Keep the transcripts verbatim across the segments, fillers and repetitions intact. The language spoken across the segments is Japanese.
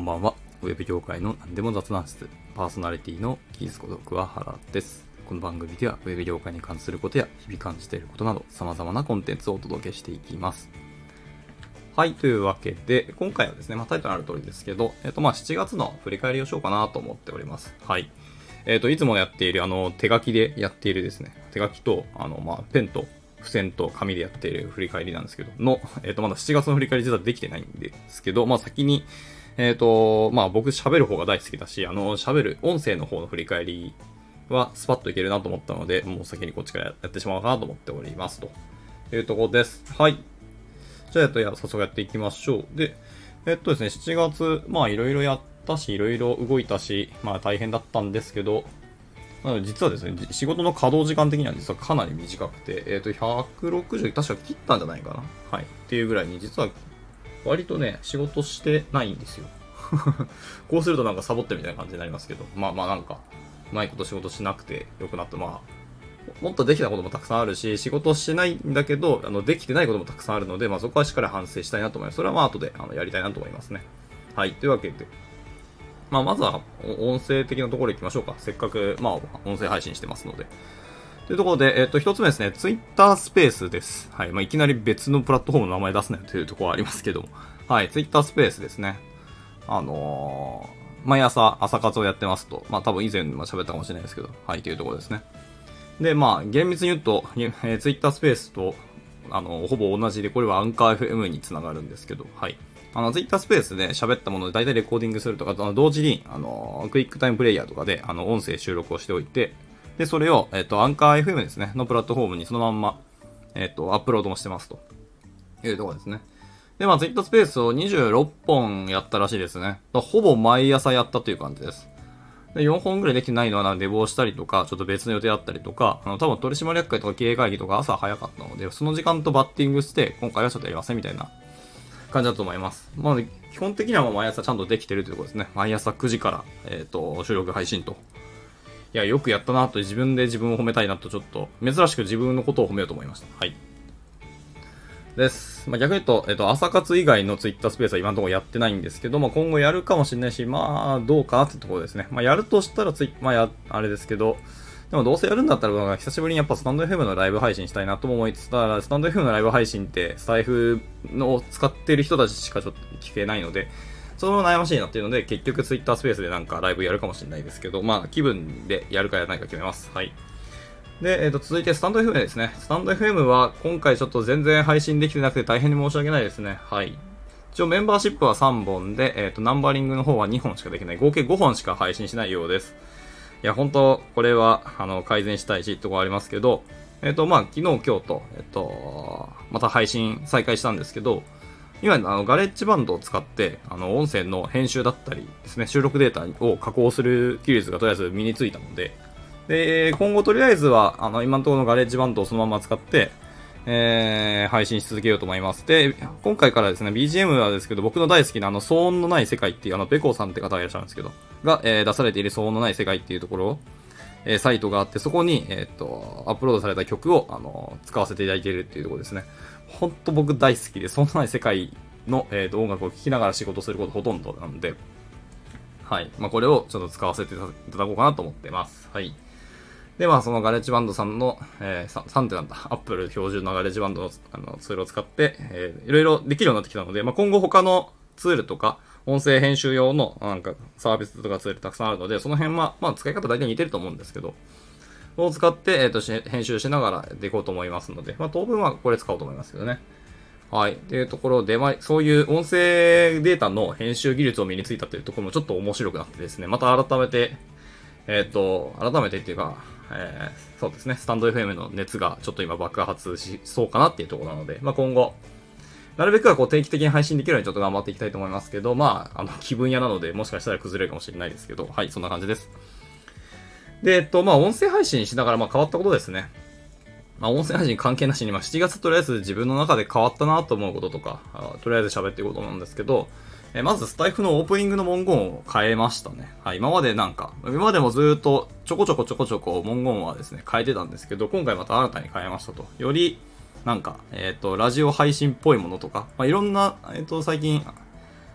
ばんは。ウェブ業界の何でも雑談室、パーソナリティのキースこと桑原です。この番組ではウェブ業界に関することや日々感じていることなど様々なコンテンツをお届けしていきます。はい、というわけで今回はですね、まあ、タイトルのある通りですけど、えっとまあしちがつの振り返りをしようかなと思っております。はい。えっといつもやっているあの手書きでやっているですね、手書きとあのまあペンと付箋と紙でやっている振り返りなんですけどの、えっとまだしちがつの振り返り実はできてないんですけど、まあ先にえっと、まあ僕喋る方が大好きだし、あの喋る音声の方の振り返りはスパッといけるなと思ったので、もう先にこっちからやってしまおうかなと思っておりますというところです。はい。じゃあ、えっと、早速やっていきましょう。で、えっとですね、しちがつ、まあいろいろやったし、いろいろ動いたし、まあ大変だったんですけど、実はですね、仕事の稼働時間的には実はかなり短くて、えっと、ひゃくろくじゅう確か切ったんじゃないかな。はい。っていうぐらいに、実は割とね、仕事してないんですよ。こうするとなんかサボってるみたいな感じになりますけど、まあまあなんか、うまいこと仕事しなくてよくなって、まあ、もっとできたこともたくさんあるし、仕事してないんだけど、あの、できてないこともたくさんあるので、まあそこはしっかり反省したいなと思います。それはまあ後であのやりたいなと思いますね。はい。というわけで、まあまずは音声的なところ行きましょうか。せっかく、まあ音声配信してますので。というところで、えっと、一つ目ですね、Twitter スペースです。はい。まあいきなり別のプラットフォームの名前出すなよというところはありますけども。はい。Twitter スペースですね。あのー、毎朝朝活をやってますと。まあ多分以前も喋ったかもしれないですけど。はい。というところですね。で、まあ厳密に言うと、えー、Twitter スペースと、あのー、ほぼ同じで、これはアンカー エフエム につながるんですけど。はい。あの、Twitter スペースで喋ったもので大体レコーディングするとか、あの同時に、あのー、クイックタイムプレイヤーとかで、あの、音声収録をしておいて、で、それを、えっと、アンカー エフエム ですね、のプラットフォームにそのまんま、えっと、アップロードもしてますというところですね。で、まあ、Twitter スペースをにじゅうろっぽんやったらしいですね。ほぼ毎朝やったという感じです。で、よんほんぐらいできてないのは、寝坊したりとか、ちょっと別の予定あったりとか、あの、多分取締役会とか経営会議とか朝早かったので、その時間とバッティングして、今回はちょっとやりませんみたいな感じだと思います。まあ、基本的にはもう毎朝ちゃんとできてるということですね。毎朝くじから、えっと、収録配信と。いや、よくやったなと自分で自分を褒めたいなとちょっと、珍しく自分のことを褒めようと思いました。はい。です。まあ、逆に言うと、えっと、朝活以外のツイッタースペースは今のところやってないんですけど、まあ、今後やるかもしれないし、まあ、どうかなってところですね。まあ、やるとしたらツイまあ、や、あれですけど、でもどうせやるんだったら、久しぶりにやっぱスタンド エフエム のライブ配信したいなとも思いつつ、ただ、スタンド エフエム のライブ配信って、スタイフの使ってる人たちしかちょっと聞けないので、それも悩ましいなっていうので、結局 Twitter スペースでなんかライブやるかもしれないですけど、まあ気分でやるかやらないか決めます。はい。で、えっと、続いてスタンド エフエム ですね。スタンド エフエム は今回ちょっと全然配信できてなくて大変に申し訳ないですね。はい。一応メンバーシップはさんぼんで、えっと、ナンバリングの方はにほんしかできない。合計ごほんしか配信しないようです。いや、本当これは、あの、改善したいし、ところありますけど、えっと、まあ、昨日、今日と、えっと、また配信再開したんですけど、今、あの、ガレッジバンドを使って、あの、音声の編集だったりですね、収録データを加工する技術がとりあえず身についたので、で、今後とりあえずは、あの、今のところのガレッジバンドをそのまま使って、えー、配信し続けようと思います。で、今回からですね、ビージーエム はですけど、僕の大好きなあの、騒音のない世界っていう、あの、ベコさんって方がいらっしゃるんですけど、が、えー、出されている騒音のない世界っていうところを、えー、サイトがあって、そこに、えー、っと、アップロードされた曲を、あの、使わせていただいているっていうところですね。ほんと僕大好きで、騒音のない世界の、えー、と音楽を聴きながら仕事することほとんどなんで、はい。まあ、これをちょっと使わせていただこうかなと思ってます。はい。で、まあ、そのガレッジバンドさんの、えー、さんってなんだ、アップル標準のガレッジバンドのあのツールを使って、えー、いろいろできるようになってきたので、まあ、今後他のツールとか、音声編集用のなんかサービスとかツールたくさんあるので、その辺は、まあ、使い方大体似てると思うんですけど、を使って、えっと、編集しながらでいこうと思いますので、まあ、当分はこれ使おうと思いますけどね。はい。っていうところで、まあ、そういう音声データの編集技術を身についたというところもちょっと面白くなってですね、また改めて、えっと、改めてっていうか、えー、そうですね、スタンド エフエム の熱がちょっと今爆発しそうかなっていうところなので、まあ、今後、なるべくはこう定期的に配信できるようにちょっと頑張っていきたいと思いますけど、まあ、あの、気分屋なので、もしかしたら崩れるかもしれないですけど、はい、そんな感じです。で、えっと、まあ、音声配信しながら、まあ、変わったことですね。まあ、音声配信関係なしに、まあ、しちがつとりあえず自分の中で変わったなと思うこととか、とりあえず喋っていこうと思うんですけど、えまずスタイフのオープニングの文言を変えましたね。はい、今までなんか、今までもずっとちょこちょこちょこちょこ文言はですね、変えてたんですけど、今回また新たに変えましたと。より、なんか、えっと、ラジオ配信っぽいものとか、まあ、いろんな、えっと、最近、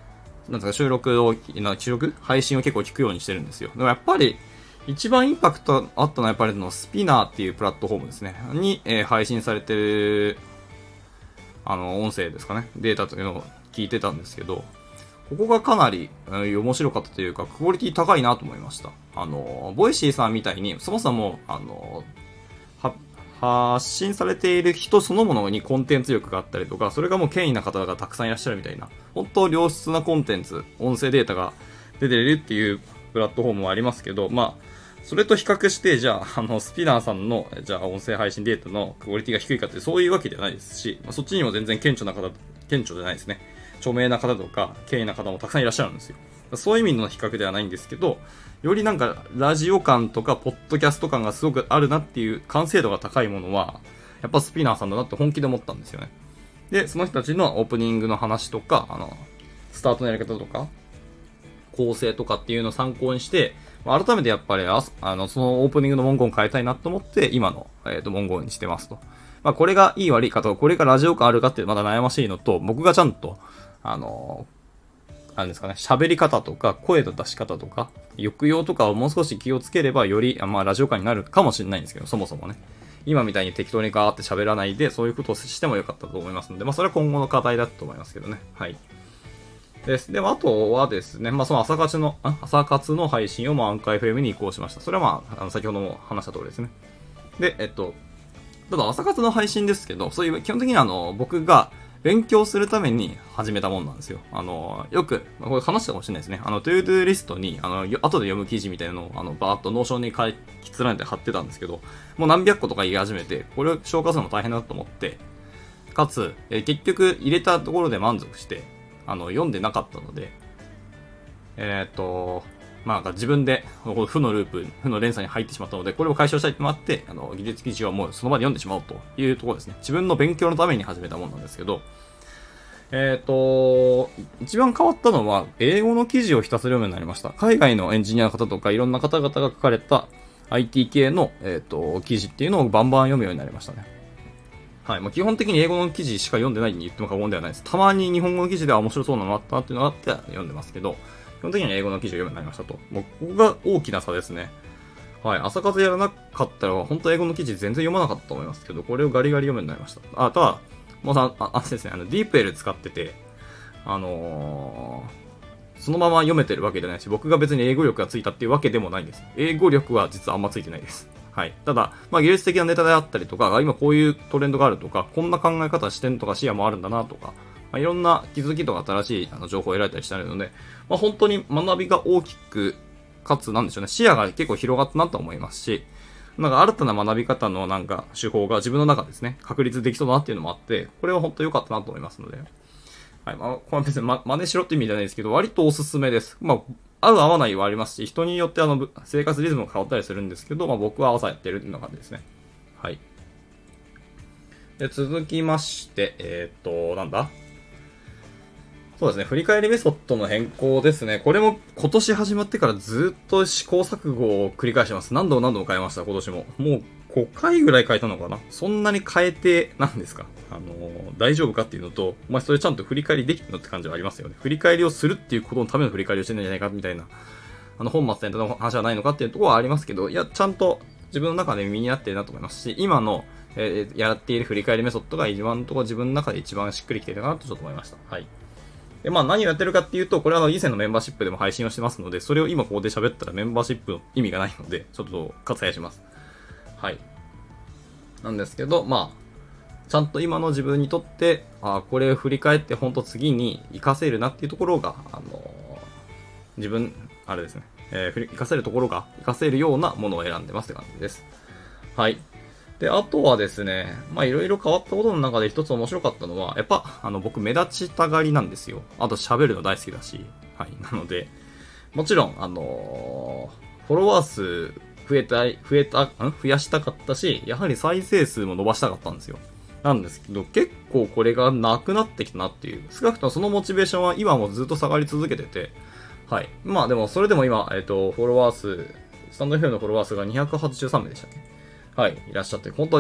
なんですか、収録を、な収録配信を結構聞くようにしてるんですよ。でもやっぱり、一番インパクトあったのはやっぱりのスピナーっていうプラットフォームですね。に、えー、配信されてる、あの、音声ですかね。データというのを聞いてたんですけど、ここがかなり、えー、面白かったというか、クオリティ高いなと思いました。あの、ボイシーさんみたいに、そもそも、あの、発信されている人そのものにコンテンツ力があったりとか、それがもう権威な方がたくさんいらっしゃるみたいな、本当良質なコンテンツ、音声データが出てるっていうプラットフォームもありますけど、まあ、それと比較して、じゃあ、あの、スピナーさんの、じゃあ、音声配信データのクオリティが低いかって、そういうわけではないですし、まあ、そっちにも全然顕著な方、顕著じゃないですね。著名な方とか、権威な方もたくさんいらっしゃるんですよ。そういう意味の比較ではないんですけど、よりなんか、ラジオ感とか、ポッドキャスト感がすごくあるなっていう、完成度が高いものは、やっぱスピナーさんだなって本気で思ったんですよね。で、その人たちのオープニングの話とか、あの、スタートのやり方とか、構成とかっていうのを参考にして、改めてやっぱりあ、あの、そのオープニングの文言を変えたいなと思って、今の、えっと、文言にしてますと。まあ、これがいい悪いかと、これがラジオ感あるかってまだ悩ましいのと、僕がちゃんと、あの、あれですかね、喋り方とか、声の出し方とか、抑揚とかをもう少し気をつければ、より、まあ、ラジオ感になるかもしれないんですけど、そもそもね。今みたいに適当にガーって喋らないで、そういうことをしてもよかったと思いますので、まあ、それは今後の課題だと思いますけどね。はい。です。でも、あとはですね、まあ、その朝活の、朝活の配信をまあアンカー エフエム に移行しました。それはまあ、あの、先ほども話した通りですね。で、えっと、ただ朝活の配信ですけど、そういう基本的にあの、僕が勉強するために始めたもんなんですよ。あの、よく、まあ、これ話したかもしれないですね。あの、トゥードゥーリストに、あの、後で読む記事みたいなのを、あの、バーっとノーションに書き連ねて貼ってたんですけど、もう何百個とか言い始めて、これを消化するの大変だと思って、かつ、え結局入れたところで満足して、あの、読んでなかったので、えっと、まあ、自分で、負のループ、負の連鎖に入ってしまったので、これを解消したいってもあって、あの、技術記事はもうその場で読んでしまおうというところですね。自分の勉強のために始めたものなんですけど、えっと、一番変わったのは、英語の記事をひたすら読むようになりました。海外のエンジニアの方とか、いろんな方々が書かれた アイティー 系の、えっと、記事っていうのをバンバン読むようになりましたね。はい。まあ、基本的に英語の記事しか読んでないに言っても過言ではないです。たまに日本語の記事では面白そうなのあったなっていうのがあって読んでますけど、基本的には英語の記事を読むようになりましたと。もう、ここが大きな差ですね。はい。朝活やらなかったら、本当英語の記事全然読まなかったと思いますけど、これをガリガリ読むようになりました。あ、ただ、もうさ、あ、あですね、あの、ディープエル使ってて、あのー、そのまま読めてるわけじゃないし、僕が別に英語力がついたっていうわけでもないんです。英語力は実はあんまついてないです。はい。ただ、まあ、技術的なネタであったりとか、今こういうトレンドがあるとか、こんな考え方、視点とか視野もあるんだなとか、まあ、いろんな気づきとか新しいあの情報を得られたりしてるので、まあ、本当に学びが大きく、かつ、なんでしょうね、視野が結構広がったなと思いますし、なんか新たな学び方のなんか手法が自分の中ですね、確立できそうだなっていうのもあって、これは本当良かったなと思いますので、はい。まあ、これは別に、ま、真似しろって意味じゃないですけど、割とおすすめです。まあ、合う合わないはありますし、人によってあの、生活リズムが変わったりするんですけど、まあ僕は朝やってるっていうような感じですね。はい。で、続きまして、えー、っと、なんだそうですね、振り返りメソッドの変更ですね。これも今年始まってからずっと試行錯誤を繰り返してます。何度も何度も変えました、今年も。もうごかいぐらい変えたのかな。そんなに変えて、何ですかあのー、大丈夫かっていうのと、お前それちゃんと振り返りできてるのって感じはありますよね。振り返りをするっていうことのための振り返りをしてるんじゃないかみたいな、あの、本末転倒の話はないのかっていうところはありますけど、いや、ちゃんと自分の中で身になってるなと思いますし、今の、えー、やっている振り返りメソッドが一番のところ自分の中で一番しっくりきてるかなとちょっと思いました。はい。で、まあ何をやってるかっていうと、これはあの以前のメンバーシップでも配信をしてますので、それを今ここで喋ったらメンバーシップの意味がないので、ちょっと割愛します。はい。なんですけど、まあ、ちゃんと今の自分にとって、あこれを振り返って本当次に活かせるなっていうところが、あのー、自分、あれですね、えー、活かせるところが活かせるようなものを選んでますって感じです。はい。で、あとはですね、まあいろいろ変わったことの中で一つ面白かったのは、やっぱ、あの僕目立ちたがりなんですよ。あと喋るの大好きだし。はい。なので、もちろん、あのー、フォロワー数増えたい、増えた、ん増やしたかったし、やはり再生数も伸ばしたかったんですよ。なんですけど、結構これがなくなってきたなっていう。少なくともそのモチベーションは今もずっと下がり続けてて、はい。まあでも、それでも今、えっと、フォロワー数、スタンド エフエム のフォロワー数がにひゃくはちじゅうさんめいでしたね。はい、いらっしゃって、本当に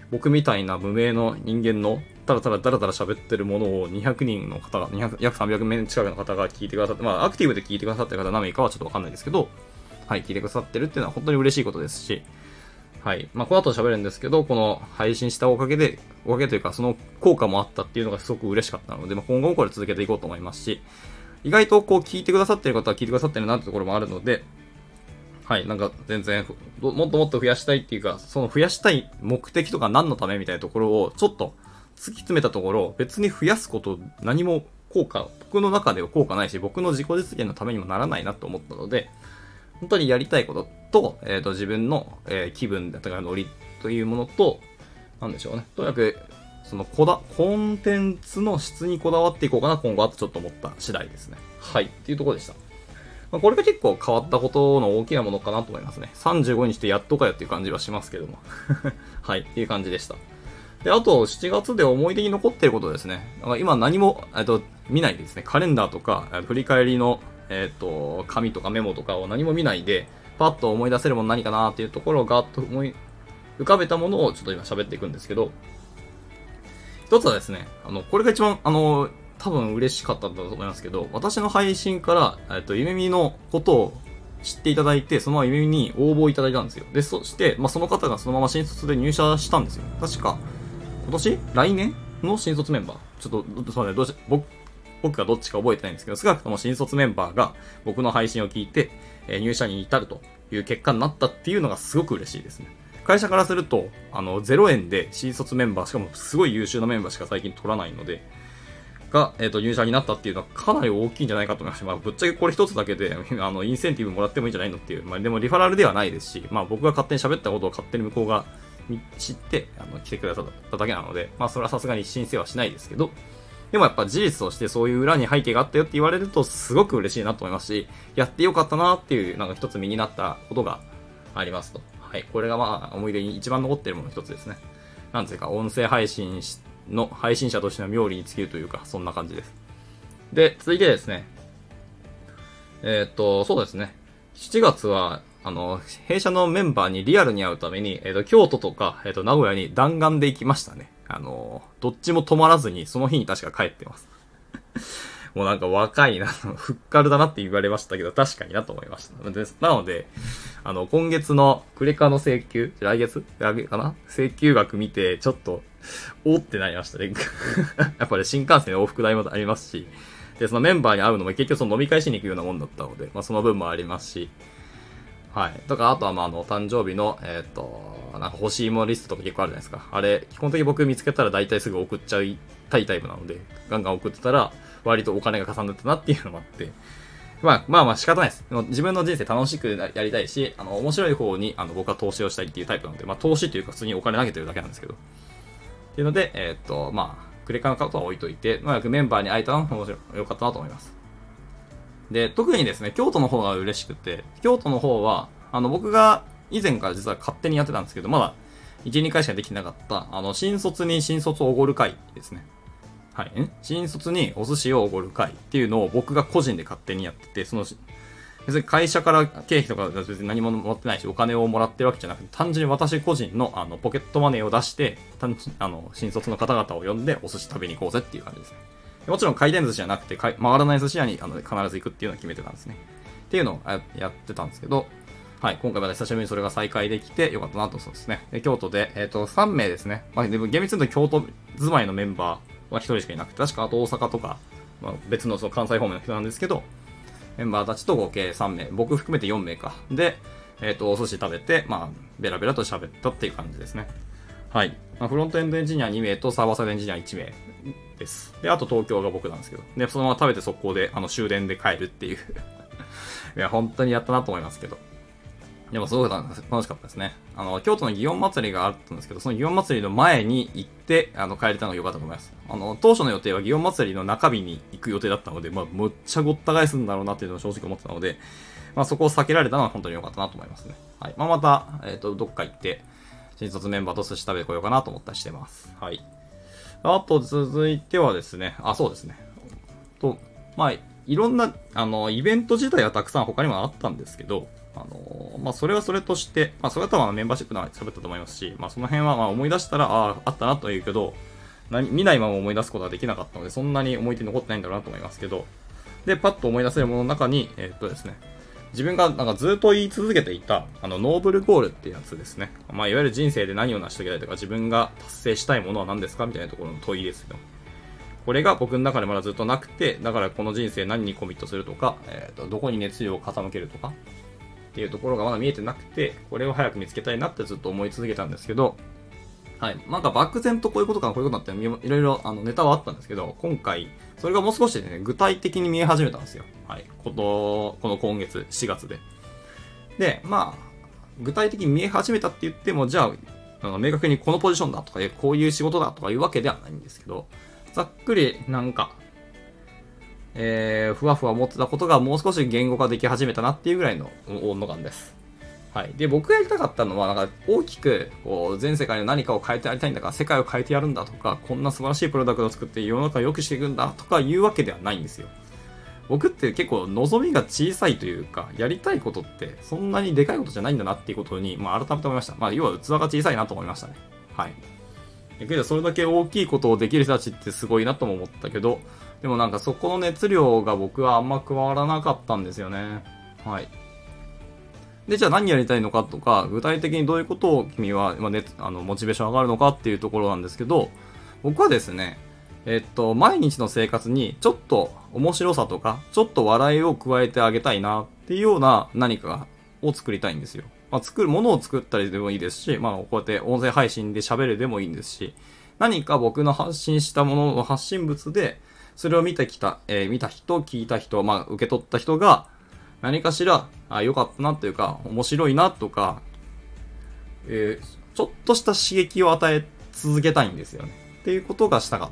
僕みたいな無名の人間のただただだらだら喋ってるものをにひゃくにんの方が、にひゃく約さんびゃくめい近くの方が聞いてくださって、まあアクティブで聞いてくださってる方何名かはちょっとわかんないですけど、はい、聞いてくださってるっていうのは本当に嬉しいことですし、はい。まあ、この後喋るんですけど、この配信したおかげで、おかげというか、その効果もあったっていうのがすごく嬉しかったので、まあ、今後もこれ続けていこうと思いますし、意外とこう聞いてくださってる方は聞いてくださってるなってところもあるので、はい。なんか全然、もっともっと増やしたいっていうか、その増やしたい目的とか何のためみたいなところをちょっと突き詰めたところ、別に増やすこと何も効果、僕の中では効果ないし、僕の自己実現のためにもならないなと思ったので、本当にやりたいことと、えっと、自分の、えー、気分だったかノリというものと、なんでしょうね。とにかく、そのこだ、コンテンツの質にこだわっていこうかな、今後はとちょっと思った次第ですね。はい。っていうところでした。まあ、これが結構変わったことの大きなものかなと思いますね。さんじゅうごにしてやっとかよっていう感じはしますけども。はい。っていう感じでした。で、あと、しちがつで思い出に残っていることですね。だから今何も、えっと、見ないですね。カレンダーとか、振り返りの、えっと、紙とかメモとかを何も見ないで、パッと思い出せるもの何かなっていうところをガーッと思い浮かべたものをちょっと今喋っていくんですけど、一つはですね、あの、これが一番、あの、多分嬉しかったんだと思いますけど、私の配信から、えっと、ゆめみのことを知っていただいて、そのままゆめみに応募いただいたんですよ。で、そして、まあ、その方がそのまま新卒で入社したんですよ。確か、今年来年の新卒メンバー。ちょっと、そうね、どうし、僕、僕がどっちか覚えてないんですけど、少なくとも新卒メンバーが僕の配信を聞いて、えー、入社に至るという結果になったっていうのがすごく嬉しいですね。会社からすると、あの、ゼロえんで新卒メンバー、しかもすごい優秀なメンバーしか最近取らないので、が、えっと、入社になったっていうのはかなり大きいんじゃないかと思いました。まあ、ぶっちゃけこれ一つだけで、あの、インセンティブもらってもいいんじゃないのっていう。まあ、でもリファラルではないですし、まあ、僕が勝手に喋ったことを勝手に向こうが知って、あの、来てくださっただけなので、まあ、それはさすがに申請はしないですけど、でもやっぱ事実としてそういう裏に背景があったよって言われるとすごく嬉しいなと思いますし、やってよかったなっていう、なんか一つ身になったことがありますと。はい。これがまあ、思い出に一番残っているものの一つですね。なんていうか、音声配信の配信者としての妙利に尽きるというか、そんな感じです。で、続いてですね。えー、っと、そうですね。しちがつは、あの、弊社のメンバーにリアルに会うために、えー、っと、京都とか、えー、っと、名古屋に弾丸で行きましたね。あの、どっちも止まらずに、その日に確か帰ってます。もうなんか若いな、ふっかるだなって言われましたけど、確かになと思いました。でなので、あの、今月のクレカの請求、来月来月かな請求額見て、ちょっと、おってなりましたね。やっぱり新幹線の往復代もありますし、で、そのメンバーに会うのも結局その飲み会しに行くようなもんだったので、まあその分もありますし、はい。とか、あとはまああの、誕生日の、えっと、なんか欲しいものリストとか結構あるじゃないですか。あれ、基本的に僕見つけたら大体すぐ送っちゃいたいタイプなので、ガンガン送ってたら、割とお金がかさんでたなっていうのもあって、まあまあまあ仕方ないです。自分の人生楽しくやりたいし、あの、面白い方に、あの、僕は投資をしたいっていうタイプなので、まあ投資というか普通にお金投げてるだけなんですけど。っていうので、えー、っと、まあ、クレカのことは置いといて、まあ、メンバーに会えたのも面白い、良かったなと思います。で、特にですね、京都の方が嬉しくて、京都の方は、あの、僕が以前から実は勝手にやってたんですけど、まだいち、にかいしかできてなかった、あの、新卒に新卒をおごる会ですね。はい。新卒にお寿司をおごる会っていうのを僕が個人で勝手にやってて、その、別に会社から経費とか別に何ももらってないし、お金をもらってるわけじゃなくて、単純に私個人のあのポケットマネーを出して、単あの新卒の方々を呼んでお寿司食べに行こうぜっていう感じですね。もちろん回転寿司じゃなくて、回らない寿司屋にあの必ず行くっていうのを決めてたんですね。っていうのをやってたんですけど、はい、今回また久しぶりにそれが再開できてよかったなとそうですね。で京都で、えっと、さんめいですね。まあ、でも厳密に言うと京都住まいのメンバーはひとりしかいなくて、確かあと大阪とか、まあ、別のその関西方面の人なんですけど、メンバーたちと合計さんめい、僕含めてよんめいか。で、えっと、お寿司食べて、まあ、ベラベラと喋ったっていう感じですね。はい。まあ、フロントエンドエンジニアにめいとサーバーサイドエンジニアいちめいです。で、あと東京が僕なんですけど。で、そのまま食べて速攻で、あの、終電で帰るっていう。いや、本当にやったなと思いますけど。でもすごく楽しかったですね。あの、京都の祇園祭りがあったんですけど、その祇園祭りの前に行って、あの、帰れたのが良かったと思います。あの、当初の予定は祇園祭りの中日に行く予定だったので、まあ、むっちゃごった返すんだろうなっていうのを正直思ってたので、まあ、そこを避けられたのは本当に良かったなと思いますね。はい。まあ、また、えっと、どっか行って、新卒メンバーと寿司食べてこようかなと思ったりしてます。はい。あと、続いてはですね、あ、そうですね。と、まあ、いろんな、あの、イベント自体はたくさん他にもあったんですけど、 あのー、まあ、それはそれとして、まあ、それは多分メンバーシップで喋ったと思いますし、まあ、その辺はまあ思い出したら、ああ、あったなというけど、何見ないまま思い出すことはできなかったので、そんなに思い出に残ってないんだろうなと思いますけど、で、パッと思い出せるものの中に、えー、っとですね、自分がなんかずっと言い続けていた、あの、ノーブルゴールっていうやつですね。まあ、いわゆる人生で何を成し遂げたいとか、自分が達成したいものは何ですかみたいなところの問いですよ。これが僕の中でまだずっとなくて、だからこの人生何にコミットするとか、えー、とどこに熱量を傾けるとかっていうところがまだ見えてなくて、これを早く見つけたいなってずっと思い続けたんですけど、はい。なんか漠然とこういうことかこういうことだっていろいろあのネタはあったんですけど、今回、それがもう少しね、具体的に見え始めたんですよ。はい。こと、この今月、しがつで。で、まあ、具体的に見え始めたって言っても、じゃあ、あの明確にこのポジションだとか、こういう仕事だとかいうわけではないんですけど、ざっくりなんか、えー、ふわふわ思ってたことがもう少し言語化でき始めたなっていうぐらいの温度感です。はい。で、僕がやりたかったのは、なんか大きく、こう、全世界の何かを変えてやりたいんだから、世界を変えてやるんだとか、こんな素晴らしいプロダクトを作って世の中を良くしていくんだとかいうわけではないんですよ。僕って結構望みが小さいというか、やりたいことってそんなにでかいことじゃないんだなっていうことに、まあ改めて思いました。まあ要は器が小さいなと思いましたね。はい。だけどそれだけ大きいことをできる人たちってすごいなとも思ったけど、でもなんかそこの熱量が僕はあんま加わらなかったんですよね。はい。で、じゃあ何やりたいのかとか、具体的にどういうことを君は、まあね、あの、モチベーション上がるのかっていうところなんですけど、僕はですね、えっと、毎日の生活にちょっと面白さとか、ちょっと笑いを加えてあげたいなっていうような何かを作りたいんですよ。まあ、作るものを作ったりでもいいですし、まあ、こうやって音声配信で喋るでもいいんですし、何か僕の発信したものの発信物で、それを見てきた、えー、見た人、聞いた人、まあ、受け取った人が、何かしら、あ、良かったなというか、面白いなとか、えー、ちょっとした刺激を与え続けたいんですよね。っていうことがしたかった。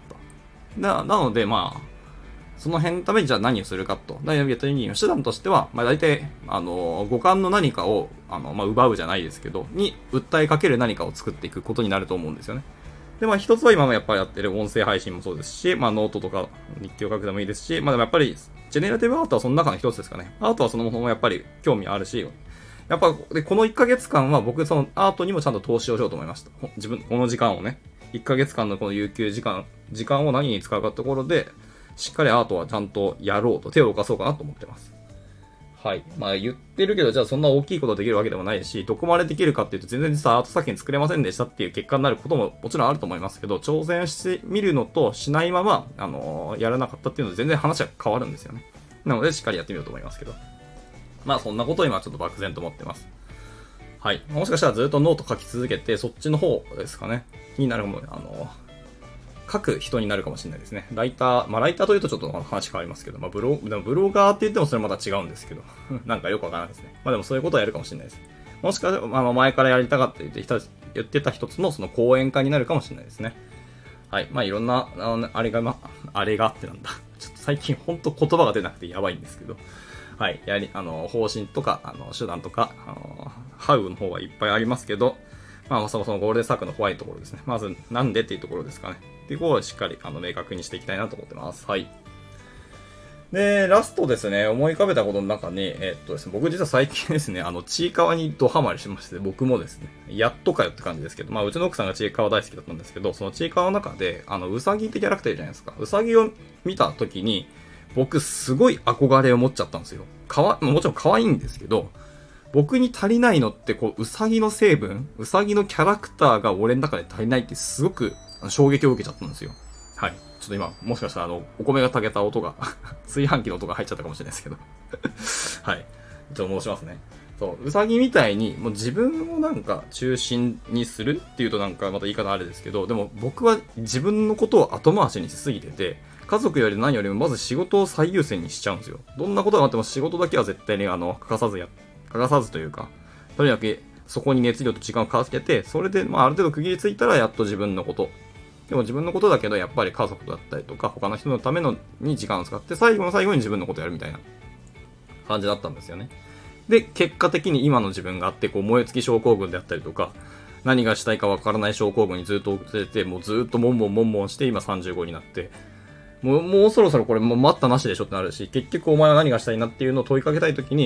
な、なので、まあ、その辺のためにじゃあ何をするかと。ダイヤモンドの手段としては、まあ大体、あの、五感の何かを、あの、まあ奪うじゃないですけど、に訴えかける何かを作っていくことになると思うんですよね。で、まあ一つは今もやっぱりやってる音声配信もそうですし、まあノートとか日記を書くでもいいですし、まあでもやっぱり、ジェネラティブアートはその中の一つですかね。アートはそのものもやっぱり興味あるし、やっぱ、で、このいっかげつかんは僕そのアートにもちゃんと投資をしようと思いました。自分、この時間をね、いっかげつかんのこの有給時間、時間を何に使うかってところで、しっかりアートはちゃんとやろうと手を動かそうかなと思ってます。はい。まあ言ってるけど、じゃあそんな大きいことできるわけでもないし、どこまでできるかっていうと全然実はアート作品作れませんでしたっていう結果になることももちろんあると思いますけど、挑戦してみるのとしないまま、あのー、やらなかったっていうので全然話は変わるんですよね。なのでしっかりやってみようと思いますけど。まあそんなことを今ちょっと漠然と思ってます。はい。もしかしたらずっとノート書き続けて、そっちの方ですかね。になるかも、あのー、書く人になるかもしれないですね。ライター、まあライターというとちょっと話変わりますけど、まあブロ、でもブロガーって言ってもそれまた違うんですけど、なんかよくわからないですね。まあでもそういうことはやるかもしれないです。もしかしたら、まあ前からやりたかった言ってた、言ってた一つのその講演会になるかもしれないですね。はい。まあいろんな、あの、あれが、ま、あれがってなんだ。ちょっと最近ほんと言葉が出なくてやばいんですけど、はい。やり、あの、方針とか、あの、手段とか、あの、ハウの方はいっぱいありますけど、まあそもそもゴールデンサークルの怖いところですね。まず、なんでっていうところですかね。っていうことをしっかりあの明確にしていきたいなと思ってます。はい。で、ラストですね、思い浮かべたことの中に、えー、っとですね、僕実は最近ですね、あの、ちいかわにドハマりしまして、僕もですね、やっとかよって感じですけど、まあ、うちの奥さんがちいかわ大好きだったんですけど、そのちいかわの中で、あの、うさぎってキャラクターいるじゃないですか。うさぎを見た時に、僕すごい憧れを持っちゃったんですよ。かわ、もちろん可愛いんですけど、僕に足りないのって、こう、うさぎの成分、うさぎのキャラクターが俺の中で足りないってすごく衝撃を受けちゃったんですよ。はい。ちょっと今、もしかしたらあの、お米が炊けた音が、炊飯器の音が入っちゃったかもしれないですけど。はい。ちょっと戻しますね。そう、うさぎみたいに、もう自分をなんか中心にするっていうとなんかまた言い方あれですけど、でも僕は自分のことを後回しにしすぎてて、家族より何よりもまず仕事を最優先にしちゃうんですよ。どんなことがあっても仕事だけは絶対にあの、欠かさずや、欠かさずというか、とにかくそこに熱量と時間をかけて、それでまあある程度区切りついたらやっと自分のこと。でも自分のことだけどやっぱり家族だったりとか他の人のためのに時間を使って最後の最後に自分のことやるみたいな感じだったんですよね。で、結果的に今の自分があって、こう燃え尽き症候群であったりとか、何がしたいかわからない症候群にずっと遅れて、もうずっともんもんもんもんして今さんじゅうごになって、もう、もうそろそろこれもう待ったなしでしょってなるし、結局お前は何がしたいなっていうのを問いかけたいときに、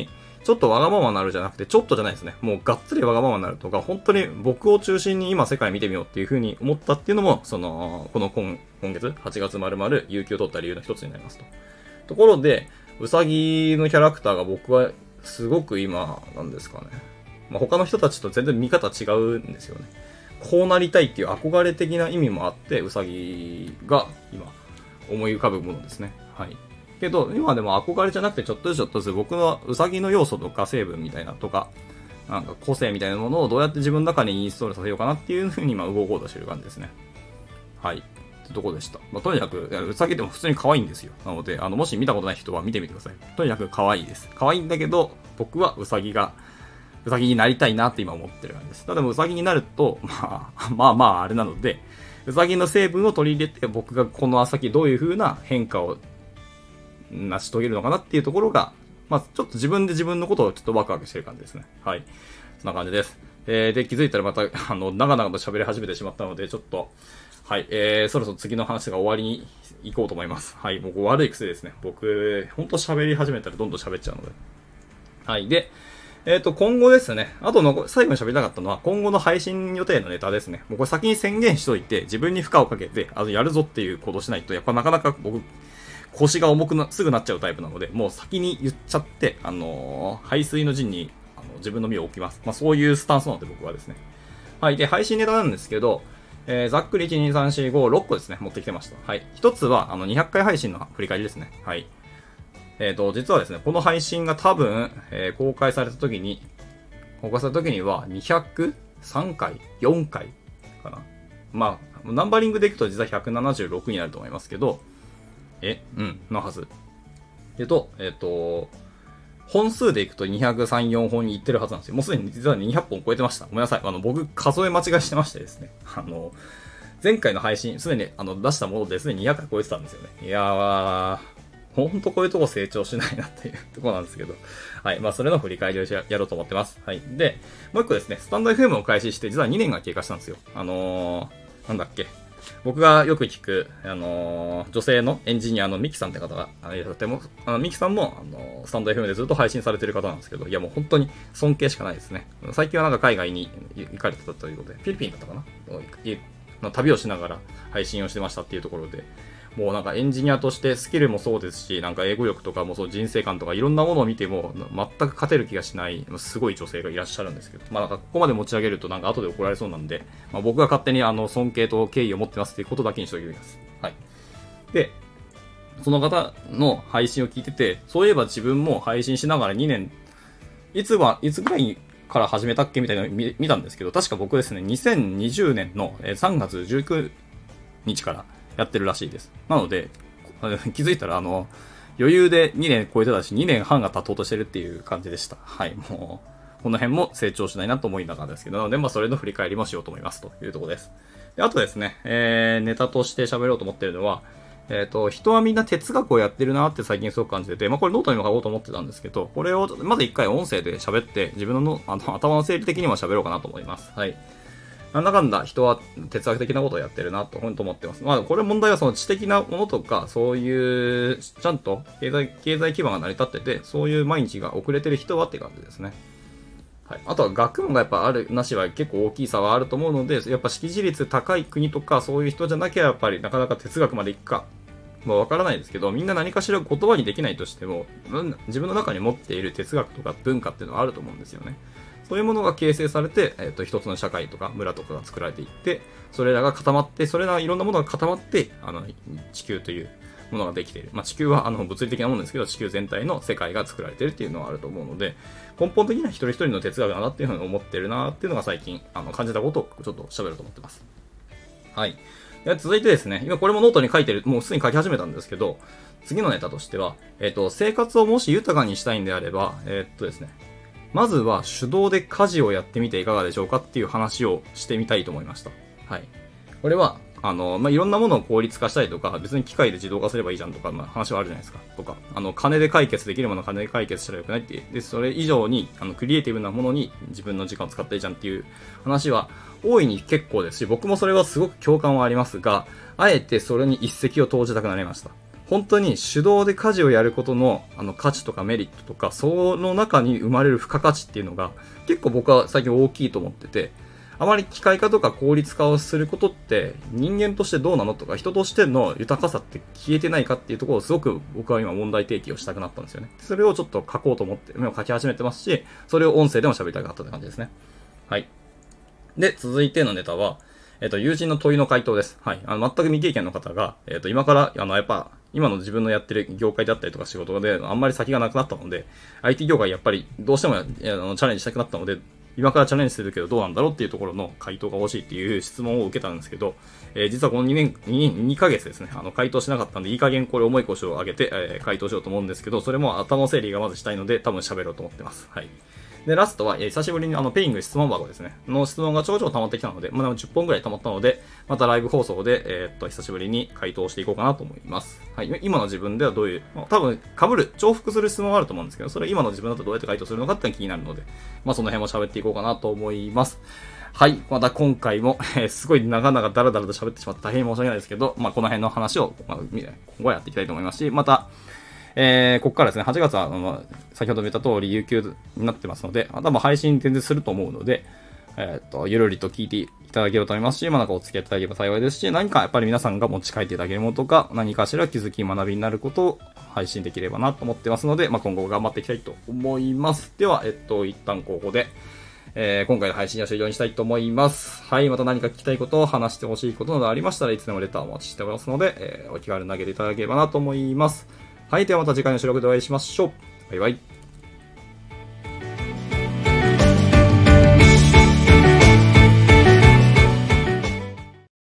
ちょっとわがままになるじゃなくて、ちょっとじゃないですね。もうがっつりわがままになるとか、本当に僕を中心に今世界見てみようっていう風に思ったっていうのも、その、この今今月、はちがつまるまる有給を取った理由の一つになりますと。ところで、うさぎのキャラクターが僕はすごく今、なんですかね。まあ、他の人たちと全然見方違うんですよね。こうなりたいっていう憧れ的な意味もあって、うさぎが今、思い浮かぶものですね。はい。けど、今でも憧れじゃなくてちょっとずつちょっとずつ僕のうさぎの要素とか成分みたいなとか、なんか個性みたいなものをどうやって自分の中にインストールさせようかなっていう風に今動こうとしてる感じですね。はい。ってとこでした。まあ、とにかく、うさぎでも普通に可愛いんですよ。なので、あの、もし見たことない人は見てみてください。とにかく可愛いです。可愛いんだけど、僕はうさぎが、うさぎになりたいなって今思ってる感じです。ただもうさぎになると、まあ、まあまああれなので、うさぎの成分を取り入れて、僕がこの先どういう風な変化を成し遂げるのかなっていうところが、まあ、ちょっと自分で自分のことをちょっとワクワクしてる感じですね。はい。そんな感じです。えー、で、気づいたらまた、あの、長々と喋り始めてしまったので、ちょっと、はい、えー、そろそろ次の話が終わりに行こうと思います。はい、僕悪い癖ですね。僕、ほんと喋り始めたらどんどん喋っちゃうので。はい、で、えっと、今後ですね。あとの、最後に喋りたかったのは、今後の配信予定のネタですね。もうこれ先に宣言しといて、自分に負荷をかけて、あの、やるぞっていうことをしないと、やっぱなかなか僕、腰が重くな、すぐなっちゃうタイプなので、もう先に言っちゃって、あのー、排水の陣に、あの、自分の身を置きます。まあ、そういうスタンスなので僕はですね。はい。で、配信ネタなんですけど、えー、ざっくりいち、に、さん、よん、ご、ろっこですね、持ってきてました。はい。一つは、あの、にひゃっかい配信の振り返りですね。はい。えっと、実はですね、この配信が多分、えー、公開された時に、公開された時には、にひゃくさんかい、よんかいかな。まあ、ナンバリングでいくと実はひゃくななじゅうろくになると思いますけど、え、うん、のはず。えっと、えっと、本数でいくとにひゃくさん、よんほんに行ってるはずなんですよ。もうすでに実はにひゃっぽん超えてました。ごめんなさい。あの、僕、数え間違いしてましてですね。あの、前回の配信、すでにあの出したものですでににひゃっかい超えてたんですよね。いやー、ほんとこういうとこ成長しないなっていうところなんですけど。はい。まあ、それの振り返りをやろうと思ってます。はい。で、もう一個ですね、スタンド エフエム を開始して、実はにねんが経過したんですよ。あのー、なんだっけ。僕がよく聞く、あのー、女性のエンジニアのミキさんって方が、あの、とても、あの、ミキさんも、あのー、スタンド エフエム でずっと配信されてる方なんですけど、いやもう本当に尊敬しかないですね。最近はなんか海外に行かれてたということで、フィリピンだったかなの旅をしながら配信をしてましたっていうところで、もうなんかエンジニアとしてスキルもそうですし、なんか英語力とかもそう人生観とかいろんなものを見ても全く勝てる気がしないすごい女性がいらっしゃるんですけど、まあなんかここまで持ち上げるとなんか後で怒られそうなんで、まあ、僕が勝手にあの尊敬と敬意を持ってますっていうことだけにしておきます。はい。で、その方の配信を聞いてて、そういえば自分も配信しながらにねん、いつは、いつぐらいから始めたっけみたいなのを 見, 見たんですけど、確か僕ですね、にせんにじゅうねんのさんがつじゅうくにちからやってるらしいです。なので、気づいたら、あの、余裕でにねん超えてたし、にねんはんが経とうとしてるっていう感じでした。はい、もう、この辺も成長しないなと思いながらですけど、なので、まあ、それの振り返りもしようと思いますというところです。で、あとですね、えー、ネタとして喋ろうと思ってるのは、えっと、人はみんな哲学をやってるなって最近すごく感じてて、まあ、これノートにも書こうと思ってたんですけど、これをまず一回音声で喋って、自分の、あの頭の整理的にも喋ろうかなと思います。はい。なんだかんだ人は哲学的なことをやってるなと本当思ってます。まあこれ問題はその知的なものとかそういうちゃんと経済経済基盤が成り立っててそういう毎日が遅れてる人はって感じですね。はい。あとは学問がやっぱあるなしは結構大きい差はあると思うのでやっぱ識字率高い国とかそういう人じゃなきゃやっぱりなかなか哲学までいくかまあわからないですけどみんな何かしら言葉にできないとしても自分の中に持っている哲学とか文化っていうのはあると思うんですよね。そういうものが形成されて、えっと、一つの社会とか村とかが作られていって、それらが固まって、それらいろんなものが固まって、あの、地球というものができている。まあ、地球はあの物理的なものですけど、地球全体の世界が作られているっていうのはあると思うので、根本的には一人一人の哲学だなっていうふうに思ってるなっていうのが最近、あの、感じたことをちょっと喋ろうと思ってます。はい。で続いてですね、今これもノートに書いてる、もうすでに書き始めたんですけど、次のネタとしては、えっと、生活をもし豊かにしたいんであれば、えっとですね、まずは手動で家事をやってみていかがでしょうかっていう話をしてみたいと思いました。はい。これは、あの、まあ、いろんなものを効率化したりとか、別に機械で自動化すればいいじゃんとか、まあ、話はあるじゃないですか。とか、あの、金で解決できるものを金で解決したらよくないっていう。で、それ以上に、あの、クリエイティブなものに自分の時間を使っていいじゃんっていう話は、大いに結構ですし、僕もそれはすごく共感はありますが、あえてそれに一石を投じたくなりました。 本当に手動で家事をやることのあの価値とかメリットとか、その中に生まれる付加価値っていうのが結構僕は最近大きいと思ってて、あまり機械化とか効率化をすることって人間としてどうなのとか人としての豊かさって消えてないかっていうところをすごく僕は今問題提起をしたくなったんですよね。それをちょっと書こうと思って今書き始めてますし、それを音声でも喋りたかったって感じですね。はい。で、続いてのネタは、えっと、友人の問いの回答です。はい。あの、全く未経験の方が、えっと、今から、あの、やっぱ、今の自分のやってる業界であったりとか仕事で、あんまり先がなくなったので、アイティー 業界やっぱりどうしてもあのチャレンジしたくなったので、今からチャレンジするけどどうなんだろうっていうところの回答が欲しいっていう質問を受けたんですけど、えー、実はこのにねん、にかげつですね、あの、回答しなかったんで、いい加減これ重い腰を上げて、えー、回答しようと思うんですけど、それも頭の整理がまずしたいので、多分喋ろうと思ってます。はい。で、ラストは、えー、久しぶりにあの、ペイング質問箱ですね。の質問がちょうちょ溜まってきたので、まあ、じゅっぽんぐらい溜まったので、またライブ放送で、えー、っと、久しぶりに回答していこうかなと思います。はい。今の自分ではどういう、まあ、多分、被る、重複する質問があると思うんですけど、それ今の自分だとどうやって回答するのかって気になるので、まあ、その辺も喋っていこうかなと思います。はい。また今回も、えー、すごい長々だらだらと喋ってしまって大変申し訳ないですけど、まあ、この辺の話を、まあ、今後はやっていきたいと思いますし、また、えー、ここからですね、はちがつは、まあ、先ほども言った通り、有給になってますので、多分配信全然すると思うので、えっと、ゆるりと聞いていただければと思いますし、まあ、なんかお付き合いいただければ幸いですし、何かやっぱり皆さんが持ち帰っていただけるものとか、何かしら気づき学びになることを配信できればなと思ってますので、まあ、今後頑張っていきたいと思います。では、えっと、一旦ここで、えー、今回の配信は終了にしたいと思います。はい、また何か聞きたいことを話してほしいことなどありましたらいつでもレターをお待ちしておりますので、えー、お気軽に投げていただければなと思います。はい、ではまた次回の収録でお会いしましょう。バイバイ。